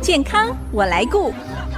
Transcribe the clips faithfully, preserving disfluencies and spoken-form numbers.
健康我来顾。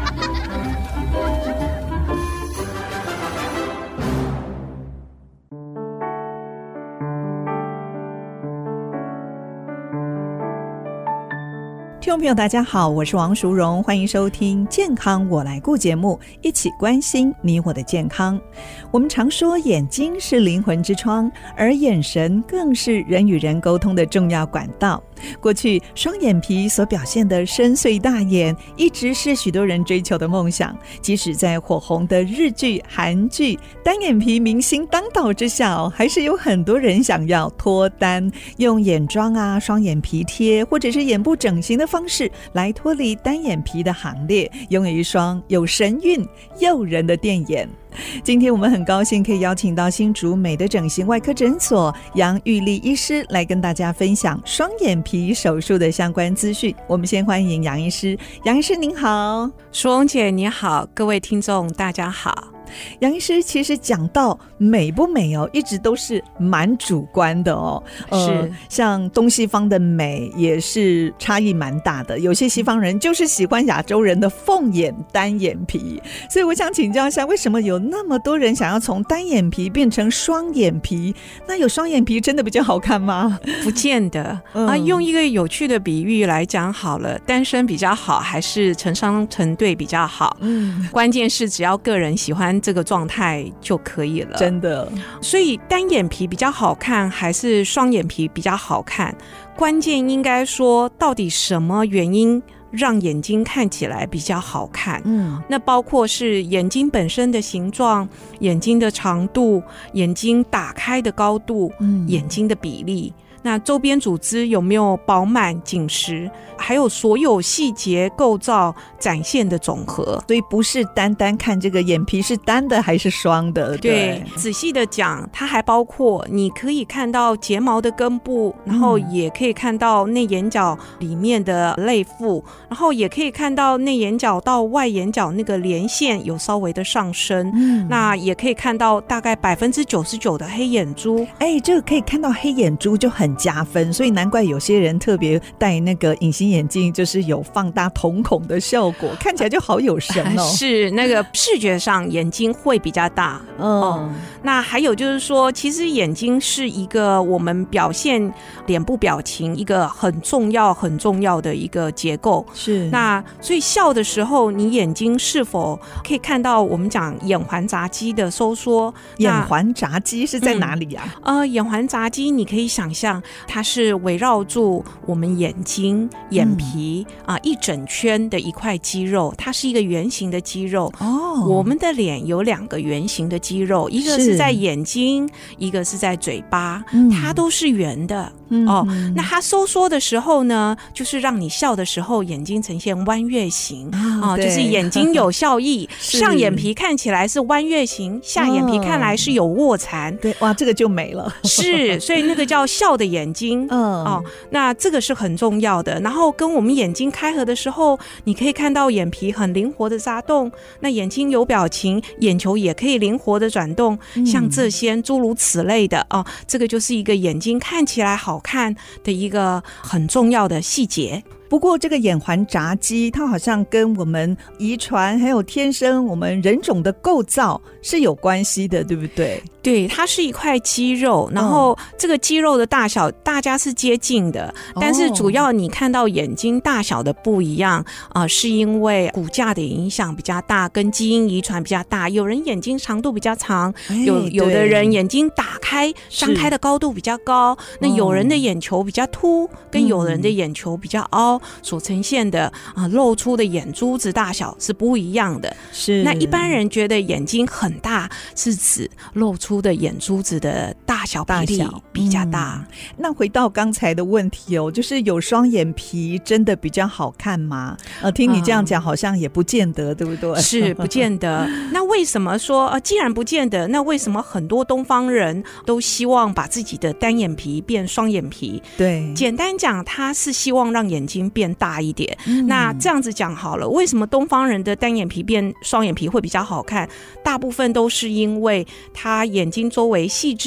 听众朋友大家好，我是王淑荣，欢迎收听健康我来顾节目，一起关心你我的健康。我们常说眼睛是灵魂之窗，而眼神更是人与人沟通的重要管道。过去双眼皮所表现的深邃大眼一直是许多人追求的梦想，即使在火红的日剧韩剧单眼皮明星当道之下，还是有很多人想要脱单，用眼妆啊、双眼皮贴或者是眼部整形的方式来脱离单眼皮的行列，拥有一双有神韵诱人的电眼。今天我们很高兴可以邀请到新竹美的整形外科诊所杨玉丽医师来跟大家分享双眼皮手术的相关资讯。我们先欢迎杨医师。杨医师您好。 淑荣姐你好，各位听众大家好。 杨医师，其实讲到美不美哦，一直都是蛮主观的哦。 是、 呃，像东西方的美也是差异蛮大的。有些西方人就是喜欢亚洲人的凤眼单眼皮，所以我想请教一下，为什么有那么多人想要从单眼皮变成双眼皮？那有双眼皮真的比较好看吗？ 不见得、嗯、啊。用一个有趣的比喻来讲好了，单身比较好还是成双成对比较好？嗯，关键是只要个人喜欢这个状态就可以了， 真的。 所以单眼皮比较好看还是双眼皮比较好看，关键应该说到底什么原因让眼睛看起来比较好看。嗯，那包括是眼睛本身的形状、眼睛的长度、眼睛打开的高度、嗯、眼睛的比例，那周边组织有没有饱满紧实，还有所有细节构造展现的总和。 所以不是单单看这个眼皮是单的还是双的。 对, 对，仔细的讲，它还包括你可以看到睫毛的根部，然后也可以看到内眼角里面的泪腹，然后也可以看到内眼角到外眼角那个连线有稍微的上升、嗯、那也可以看到大概百分之九十九的黑眼珠。 哎，这个可以看到黑眼珠就很加分，所以难怪有些人特别戴那个隐形眼镜，就是有放大瞳孔的效果，看起来就好有神哦。 是那个视觉上眼睛会比较大。嗯、哦，那还有就是说，其实眼睛是一个我们表现脸部表情一个很重要很重要的一个结构。 是， 那所以笑的时候，你眼睛是否可以看到我们讲眼环匝肌的收缩？ 眼环匝肌是在哪里啊？ 嗯、呃，眼环匝肌你可以想象它是围绕住我们眼睛眼皮、嗯啊、一整圈的一块肌肉，它是一个圆形的肌肉。哦，我们的脸有两个圆形的肌肉，一个是在眼睛，一个是在嘴巴、嗯、它都是圆的、嗯、哦。那它收缩的时候呢，就是让你笑的时候眼睛呈现弯月形、哦哦、就是眼睛有笑意上眼皮看起来是弯月形，下眼皮看来是有卧蚕、哦、 对，哇，这个就美了。 是，所以那个叫笑的眼睛。嗯，哦，那这个是很重要的。然后跟我们眼睛开合的时候，你可以看到眼皮很灵活的眨动，那眼睛有表情，眼球也可以灵活的转动、嗯、像这些诸如此类的、哦、这个就是一个眼睛看起来好看的一个很重要的细节。 不过这个眼环匝肌它好像跟我们遗传还有天生我们人种的构造是有关系的，对不对？ 对，它是一块肌肉，然后这个肌肉的大小大家是接近的、哦、但是主要你看到眼睛大小的不一样、呃、是因为骨架的影响比较大，跟基因遗传比较大。有人眼睛长度比较长、哎、有有的人眼睛打开张开的高度比较高，那有人的眼球比较凸、嗯、跟有人的眼球比较凹，所呈现的、呃、露出的眼珠子大小是不一样的。 是， 那一般人觉得眼睛很大是指露出的眼珠子的大小比例比较大、嗯、 那回到刚才的问题哦，就是有双眼皮真的比较好看吗？呃，听你这样讲、嗯、好像也不见得，对不对？ 是不见得。那为什么说、呃、既然不见得，那为什么很多东方人都希望把自己的单眼皮变双眼皮？ 对， 简单讲，他是希望让眼睛变大一点、嗯、那这样子讲好了，为什么东方人的单眼皮变双眼皮会比较好看？大部分都是因为他眼睛周围细致结构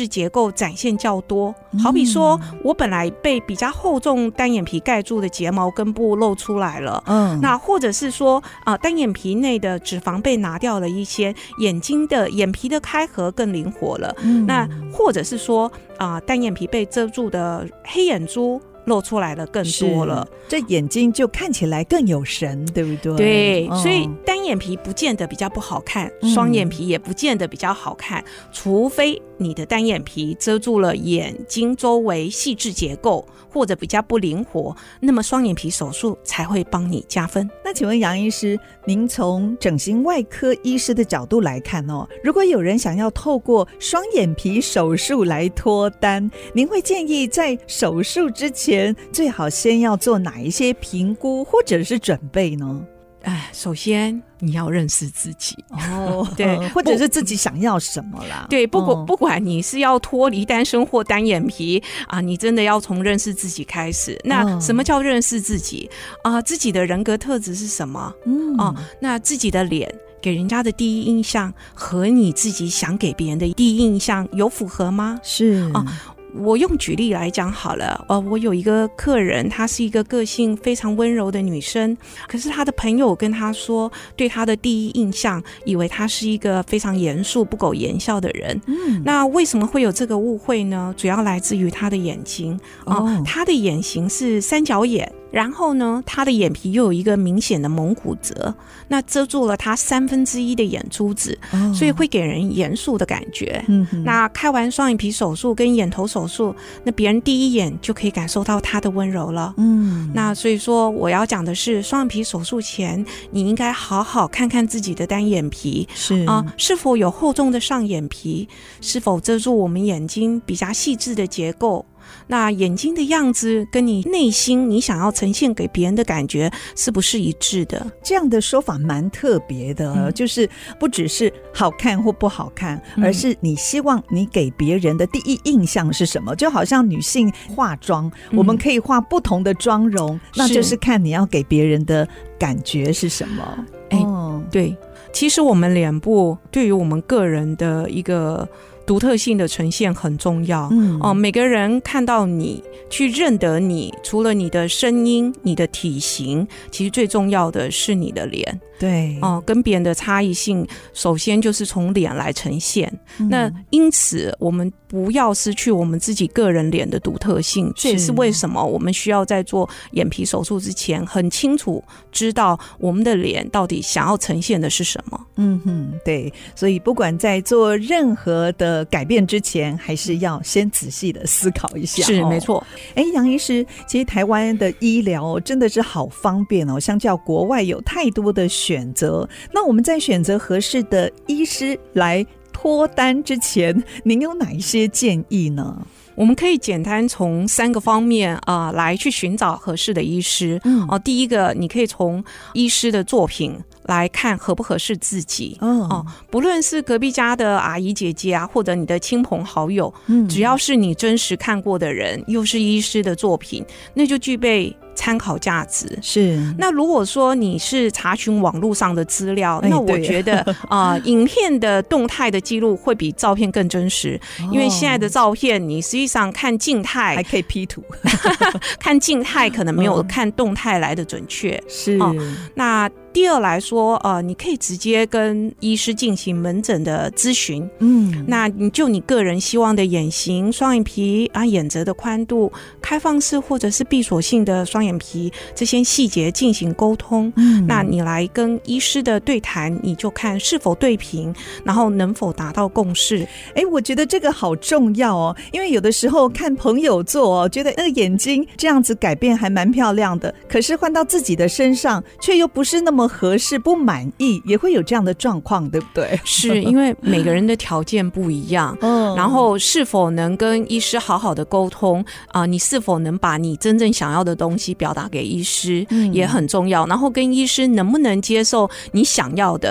候展现较多。好比说我本来被比较厚重单眼皮盖住的睫毛根部露出来了，嗯，那或者是说、呃、单眼皮内的脂肪被拿掉了一些，眼睛的眼皮的开合更灵活了，嗯，那或者是说、呃、单眼皮被遮住的黑眼珠露出来了更多了， 这眼睛就看起来更有神，对不对？ 对、 哦、 所以单眼皮不见得比较不好看，双眼皮也不见得比较好看、嗯、除非你的单眼皮遮住了眼睛周围细致结构或者比较不灵活，那么双眼皮手术才会帮你加分。 那请问杨医师，您从整形外科医师的角度来看哦，如果有人想要透过双眼皮手术来脱单，您会建议在手术之前最好先要做哪一些评估或者是准备呢？ 哎，首先你要认识自己哦，对，或者是自己想要什么啦。 对，不管、哦、不管你是要脱离单身或单眼皮啊，你真的要从认识自己开始。那什么叫认识自己啊？自己的人格特质是什么？嗯啊，那自己的脸给人家的第一印象和你自己想给别人的第一印象有符合吗？ 是啊。 我用举例来讲好了，呃，我有一个客人，她是一个个性非常温柔的女生，可是她的朋友跟她说，对她的第一印象以为她是一个非常严肃不苟言笑的人。嗯，那为什么会有这个误会呢？主要来自于她的眼睛啊、呃哦，她的眼型是三角眼。然后呢，他的眼皮又有一个明显的蒙古褶，那遮住了他三分之一的眼珠子、哦、所以会给人严肃的感觉、嗯、那开完双眼皮手术跟眼头手术，那别人第一眼就可以感受到他的温柔了。嗯，那所以说我要讲的是，双眼皮手术前你应该好好看看自己的单眼皮是啊、呃，是否有厚重的上眼皮，是否遮住我们眼睛比较细致的结构，那眼睛的样子跟你内心你想要呈现给别人的感觉是不是一致的？ 这样的说法蛮特别的、嗯、就是不只是好看或不好看、嗯、而是你希望你给别人的第一印象是什么。就好像女性化妆、嗯、我们可以化不同的妆容，那就是看你要给别人的感觉是什么。 哎、哦，对，其实我们脸部对于我们个人的一个独特性的呈现很重要、嗯呃、每个人看到你去认得你，除了你的声音你的体型，其实最重要的是你的脸。 对、 呃、跟别人的差异性首先就是从脸来呈现、嗯、那因此我们不要失去我们自己个人脸的独特性，这也是为什么我们需要在做眼皮手术之前很清楚知道我们的脸到底想要呈现的是什么。 嗯哼，对，所以不管在做任何的改变之前，还是要先仔细的思考一下。 是、哦、没错。 哎，杨医师，其实台湾的医疗真的是好方便哦，相较国外有太多的选择。那我们在选择合适的医师来脱单之前，您有哪一些建议呢？ 我们可以简单从三个方面啊、呃、来去寻找合适的医师。嗯、呃，第一个，你可以从医师的作品来看合不合适自己。哦、呃，不论是隔壁家的阿姨姐姐啊，或者你的亲朋好友，嗯，只要是你真实看过的人，又是医师的作品，那就具备参考价值。 是。 那如果说你是查询网络上的资料，哎、那我觉得啊、呃，影片的动态的记录会比照片更真实，哦、因为现在的照片你实际上看静态还可以 P 图， 看静态可能没有看动态来的准确。嗯、 是、 哦。那第二来说，呃，你可以直接跟医师进行门诊的咨询。嗯，那你就你个人希望的眼型、双眼皮啊、眼褶的宽度、开放式或者是闭锁性的双眼皮这些细节进行沟通。嗯，那你来跟医师的对谈，你就看是否对平，然后能否达到共识。 哎，我觉得这个好重要哦，因为有的时候看朋友做哦，觉得那个眼睛这样子改变还蛮漂亮的，可是换到自己的身上却又不是那么合适，不满意，也会有这样的状况，对不对？ 是因为每个人的条件不一样，嗯，然后是否能跟医师好好的沟通啊、呃？你是否能把你真正想要的东西表达给医师、嗯、也很重要。然后跟医师能不能接受你想要的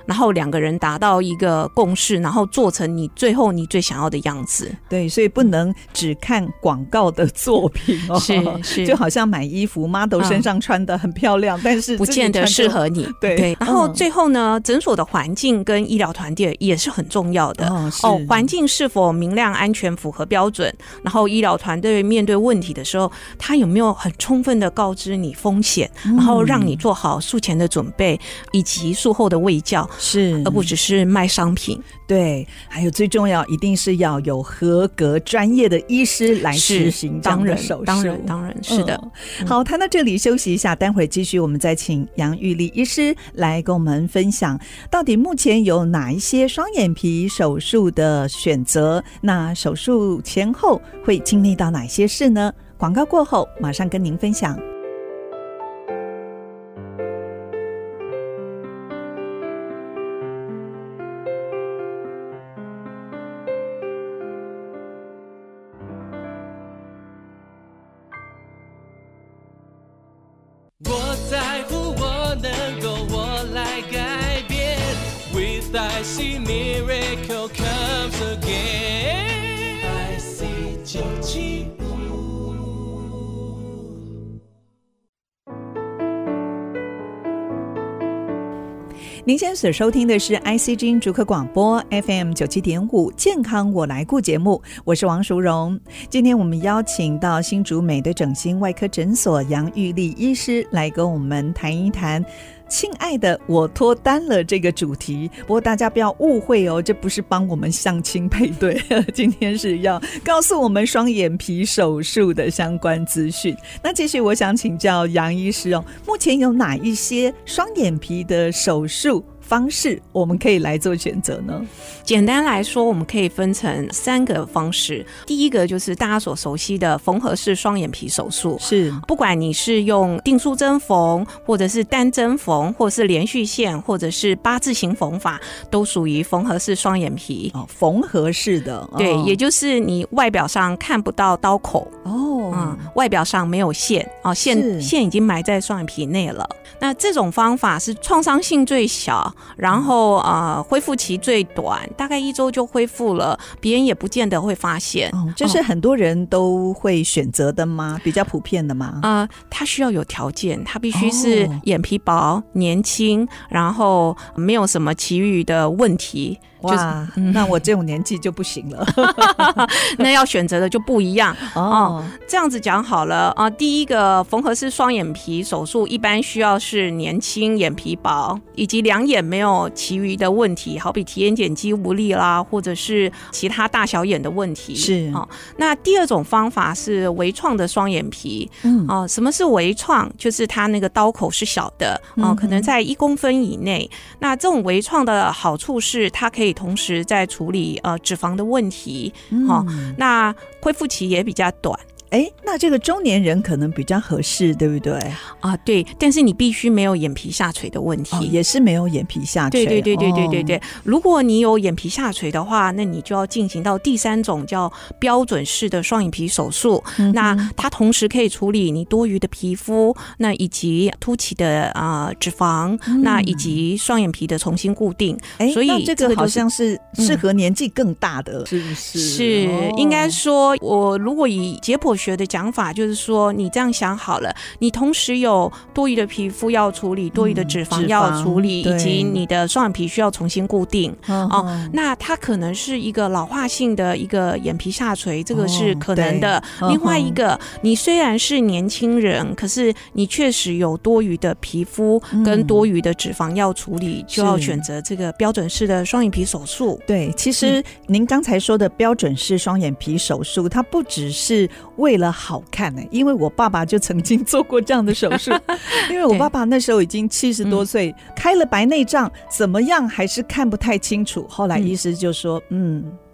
然后两个人达到一个共识，然后做成你最后你最想要的样子。 对，所以不能只看广告的作品哦， 是是， 就好像买衣服 model 身上穿的很漂亮，嗯，但是不见得适合你。 对对，然后最后呢，诊所的环境跟医疗团队也是很重要的哦。哦，环境是否明亮、安全、符合标准？然后医疗团队面对问题的时候，他有没有很充分的告知你风险，嗯，然后让你做好术前的准备以及术后的卫教， 是而不只是卖商品。 对，还有最重要一定是要有合格专业的医师来执行这样的手术。 当然当然是的。 嗯，好，谈到这里休息一下，待会儿继续我们再请杨玉丽医师来跟我们分享到底目前有哪一些双眼皮手术的选择，那手术前后会经历到哪些事呢？广告过后马上跟您分享。 我在乎，我能够，我来改变。With I see miracle comes again. I see 九七五。 您现在所收听的是 I C 之音竹科广播 F M 九七点五健康我来顾节目，我是王淑荣。今天我们邀请到新竹美的整形外科诊所杨玉丽医师来跟我们谈一谈亲爱的我脱单了这个主题。不过大家不要误会哦，这不是帮我们相亲配对，今天是要告诉我们双眼皮手术的相关资讯。那继续我想请教杨医师哦，目前有哪一些双眼皮的手术方式我们可以来做选择呢？ 简单来说，我们可以分成三个方式。第一个就是大家所熟悉的缝合式双眼皮手术， 是不管你是用定数针缝，或者是单针缝，或者是连续线，或者是八字形缝法，都属于缝合式双眼皮。 哦，缝合式的，哦， 对，也就是你外表上看不到刀口哦， 嗯，外表上没有线哦，线线已经埋在双眼皮内了。那这种方法是创伤性最小，然后呃恢复期最短，大概一周就恢复了，别人也不见得会发现。 哦，这是很多人都会选择的吗？比较普遍的吗？ 呃，它需要有条件，它必须是眼皮薄、年轻，然后没有什么其余的问题。 哇，嗯，那我这种年纪就不行了。 那要选择的就不一样哦。哦，这样子讲好了啊，呃。第一个缝合式双眼皮手术一般需要是年轻、眼皮薄，以及两眼没有其余的问题，好比提眼睑肌无力啦，或者是其他大小眼的问题。 是哦。那第二种方法是微创的双眼皮。嗯哦，呃，什么是微创？就是它那个刀口是小的哦，呃，可能在一公分以内。那这种微创的好处是它可以同时在处理呃脂肪的问题，嗯哦，那恢复期也比较短。 哎，那这个中年人可能比较合适，对不对？ 啊，对，但是你必须没有眼皮下垂的问题。 哦，也是没有眼皮下垂。 对对对对对对对，哦。如果你有眼皮下垂的话，那你就要进行到第三种叫标准式的双眼皮手术。嗯，那它同时可以处理你多余的皮肤，那以及凸起的啊，呃、脂肪，嗯，那以及双眼皮的重新固定。 哎， 所以这个好像是适合年纪更大的，嗯，是不是？ 是，哦，应该说，我如果以解剖学的讲法，就是说你这样想好了，你同时有多余的皮肤要处理，多余的脂肪要处理，嗯，以及你的双眼皮需要重新固定。嗯，哦，那它可能是一个老化性的一个眼皮下垂，这个是可能的。哦，另外一个，你虽然是年轻人，可是你确实有多余的皮肤跟多余的脂肪要处理，嗯，就要选择这个标准式的双眼皮手术。 对，其实您刚才说的标准式双眼皮手术，它不只是为了好看呢，欸，因为我爸爸就曾经做过这样的手术。因为我爸爸那时候已经七十多岁，嗯，开了白内障，怎么样还是看不太清楚。后来医师就说，嗯。嗯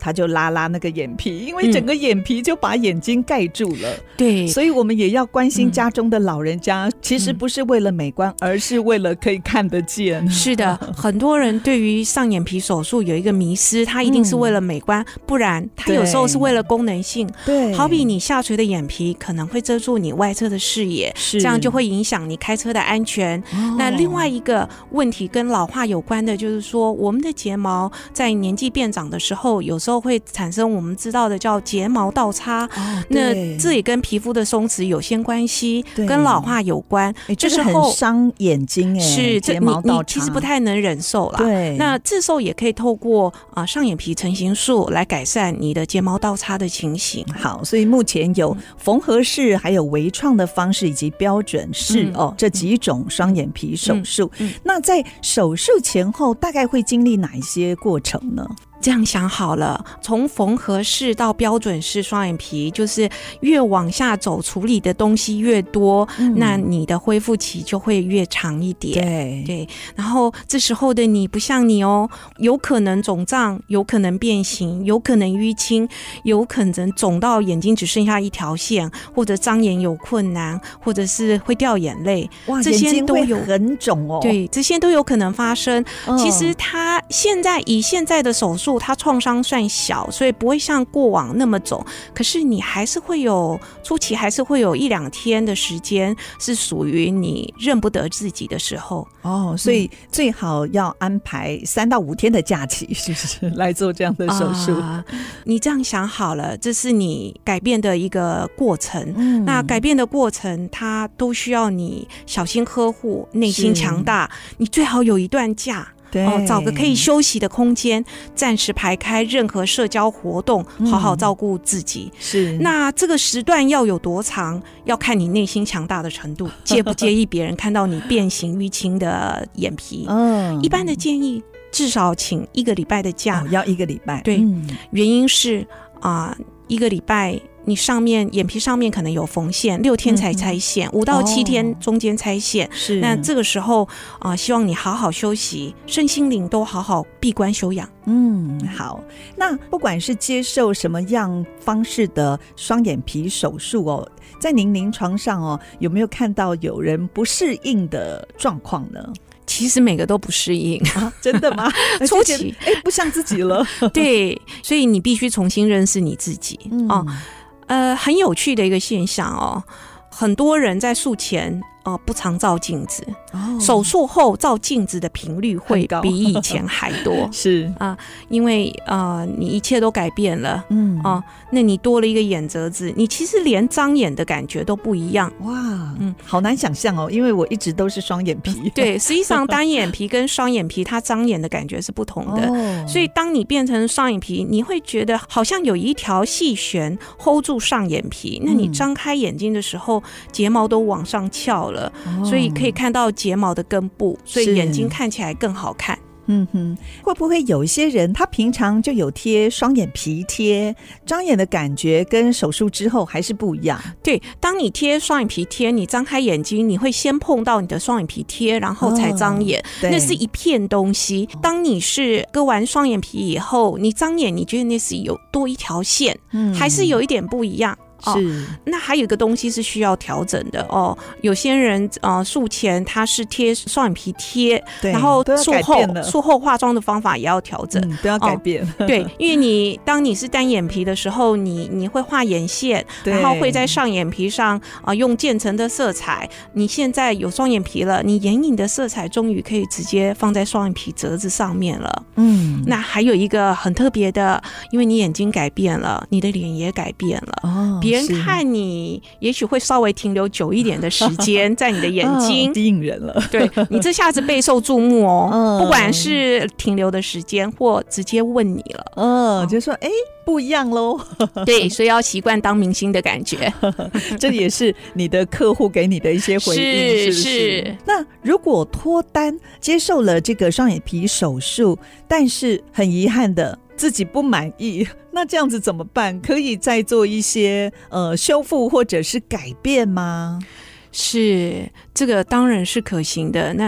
他就拉拉那个眼皮，因为整个眼皮就把眼睛盖住了、嗯、 对， 所以我们也要关心家中的老人家、嗯、其实不是为了美观、嗯、而是为了可以看得见。 是的，很多人对于上眼皮手术有一个迷思，他一定是为了美观、嗯、不然他有时候是为了功能性。 对， 好比你下垂的眼皮可能会遮住你外侧的视野，这样就会影响你开车的安全、哦、那另外一个问题跟老化有关的就是说，我们的睫毛在年纪变长的时候有时候会产生我们知道的叫睫毛倒插、哦、那这也跟皮肤的松弛有些关系，跟老化有关。 这时候很伤眼睛， 是睫毛倒插你你其实不太能忍受啦。 对， 那这时候也可以透过、呃、上眼皮成型术来改善你的睫毛倒插的情形。 好，所以目前有缝合式还有微创的方式以及标准式、嗯、哦，这几种双眼皮手术、嗯嗯、那在手术前后大概会经历哪一些过程呢？ 这样想好了，从缝合式到标准式双眼皮，就是越往下走处理的东西越多、嗯、那你的恢复期就会越长一点。 对对，然后这时候的你不像你哦，有可能肿胀，有可能变形，有可能淤青，有可能肿到眼睛只剩下一条线，或者张眼有困难，或者是会掉眼泪。 哇， 这些都有， 眼睛会很肿哦。 对，这些都有可能发生、哦、其实它现在以现在的手术它创伤算小，所以不会像过往那么肿，可是你还是会有初期还是会有一两天的时间是属于你认不得自己的时候哦，所以最好要安排三到五天的假期，是不是来做这样的手术、呃、 你这样想好了，这是你改变的一个过程、嗯、那改变的过程它都需要你小心呵护，内心强大，你最好有一段假， 对、 哦、找个可以休息的空间，暂时排开任何社交活动、嗯、好好照顾自己。 是， 那这个时段要有多长，要看你内心强大的程度，介不介意别人看到你变形淤青的眼皮、嗯、一般的建议至少请一个礼拜的假、 哦、要一个礼拜。 对、嗯、原因是啊、呃，一个礼拜你上面眼皮上面可能有缝线，六天才拆线，五、嗯、到七天中间拆线、哦、是，那这个时候啊、呃，希望你好好休息，身心灵都好好闭关休养。 嗯，好。那不管是接受什么样方式的双眼皮手术哦，在您临床上哦，有没有看到有人不适应的状况呢？ 其实每个都不适应、 啊、真的吗？ 初期哎，不像自己了。 对，所以你必须重新认识你自己、嗯哦、呃，很有趣的一个现象哦，很多人在术前呃，不常照镜子、哦、手术后照镜子的频率会比以前还多是啊、呃，因为呃，你一切都改变了，嗯啊、呃，那你多了一个眼褶子，你其实连张眼的感觉都不一样。 哇，嗯，好难想象哦，因为我一直都是双眼皮。 对，实际上单眼皮跟双眼皮它张眼的感觉是不同的、哦、所以当你变成双眼皮，你会觉得好像有一条细弦 hold 住上眼皮、嗯、那你张开眼睛的时候睫毛都往上翘了、哦、所以可以看到睫毛的根部，所以眼睛看起来更好看。 嗯哼，会不会有一些人他平常就有贴双眼皮贴，张眼的感觉跟手术之后还是不一样？ 对，当你贴双眼皮贴，你张开眼睛你会先碰到你的双眼皮贴，然后才张眼、哦、那是一片东西。当你是割完双眼皮以后，你张眼你觉得那是有多一条线、嗯、还是有一点不一样。哦、是，那还有一个东西是需要调整的哦。有些人呃术前他是贴双眼皮贴，然后术后术后化妆的方法也要调整， 嗯、都要改变。 哦、对，因为你当你是单眼皮的时候，你你会画眼线，然后会在上眼皮上啊、呃、用渐层的色彩。你现在有双眼皮了，你眼影的色彩终于可以直接放在双眼皮褶子上面了。嗯，那还有一个很特别的，因为你眼睛改变了，你的脸也改变了。哦。别人看你也许会稍微停留久一点的时间在你的眼睛， 吸引人了。 对，你这下子备受注目哦、嗯、不管是停留的时间或直接问你了， 嗯，就说哎不一样咯。 对，所以要习惯当明星的感觉。 这也是你的客户给你的一些回应。是 是, 是, 是那如果脱单接受了这个双眼皮手术，但是很遗憾的自己不满意，那这样子怎么办？可以再做一些呃修复或者是改变吗？ 是，这个当然是可行的。那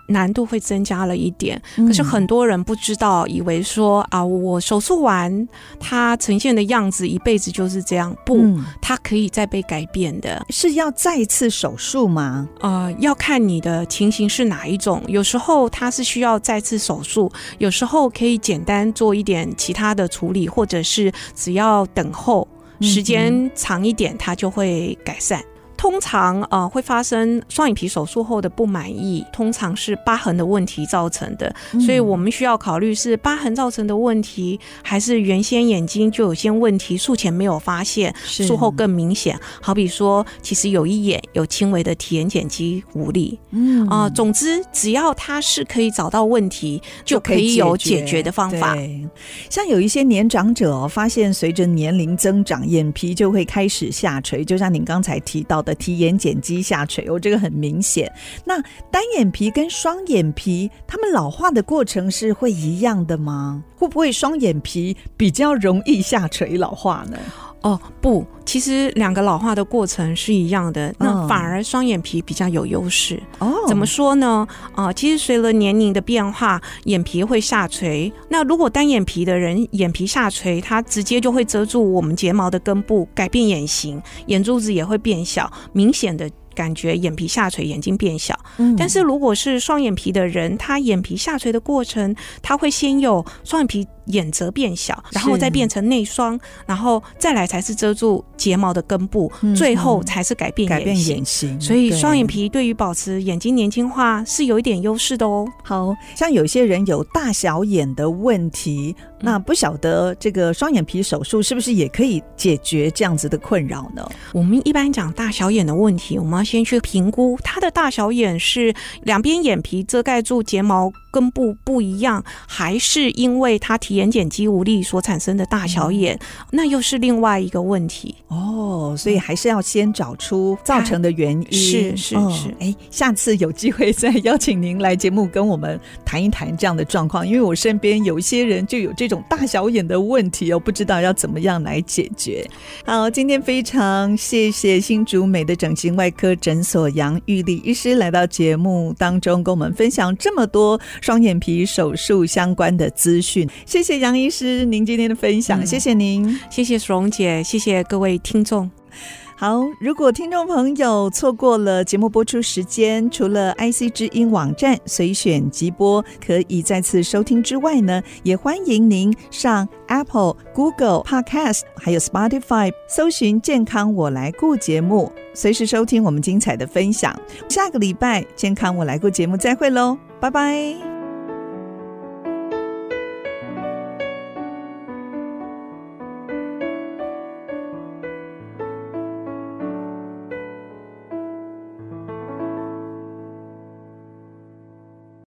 难度会增加了一点。可是很多人不知道，以为说啊，我手术完它呈现的样子一辈子就是这样，不、嗯、它可以再被改变的。 是要再一次手术吗？ 呃，要看你的情形是哪一种，有时候它是需要再次手术，有时候可以简单做一点其他的处理，或者是只要等候时间长一点它就会改善。通常呃会发生双眼皮手术后的不满意，通常是疤痕的问题造成的、嗯、所以我们需要考虑是疤痕造成的问题，还是原先眼睛就有些问题，术前没有发现，术后更明显。好比说其实有一眼有轻微的提眼睑肌无力，嗯啊、呃，总之只要它是可以找到问题，就可以有解决的方法。 对，像有一些年长者、哦、发现随着年龄增长，眼皮就会开始下垂，就像您刚才提到的提眼睑肌下垂，哦，这个很明显。那单眼皮跟双眼皮，他们老化的过程是会一样的吗？会不会双眼皮比较容易下垂老化呢？ 哦，不，其实两个老化的过程是一样的，那反而双眼皮比较有优势。哦，怎么说呢？呃，其实随了年龄的变化，眼皮会下垂。那如果单眼皮的人眼皮下垂，它直接就会遮住我们睫毛的根部，改变眼型，眼珠子也会变小，明显的感觉眼皮下垂，眼睛变小、嗯、但是如果是双眼皮的人，他眼皮下垂的过程，他会先有双眼皮眼褶变小，然后再变成内双，然后再来才是遮住睫毛的根部、嗯、最后才是改变眼型，改变眼型。所以双眼皮对于保持眼睛年轻化是有一点优势的哦。 好像有些人有大小眼的问题，那不晓得这个双眼皮手术是不是也可以解决这样子的困扰呢？ 我们一般讲大小眼的问题，我们要先去评估它的大小眼是两边眼皮遮盖住睫毛根部不一样，还是因为它提眼睑肌无力所产生的大小眼、嗯、那又是另外一个问题哦。所以还是要先找出造成的原因。 是是是、 哦、下次有机会再邀请您来节目跟我们谈一谈这样的状况，因为我身边有一些人就有这种大小眼的问题哦，不知道要怎么样来解决。好，今天非常谢谢新竹美的整形外科诊所杨玉丽医师来到节目当中跟我们分享这么多双眼皮手术相关的资讯。谢谢杨医师您今天的分享、嗯、谢谢您。 谢谢淑蓉姐，谢谢各位听众。 好，如果听众朋友错过了节目播出时间，除了 I C 之音网站随选即播可以再次收听之外呢，也欢迎您上 Apple、Google Podcast 还有 Spotify 搜寻健康我来顾节目，随时收听我们精彩的分享。下个礼拜健康我来顾节目再会咯，拜拜。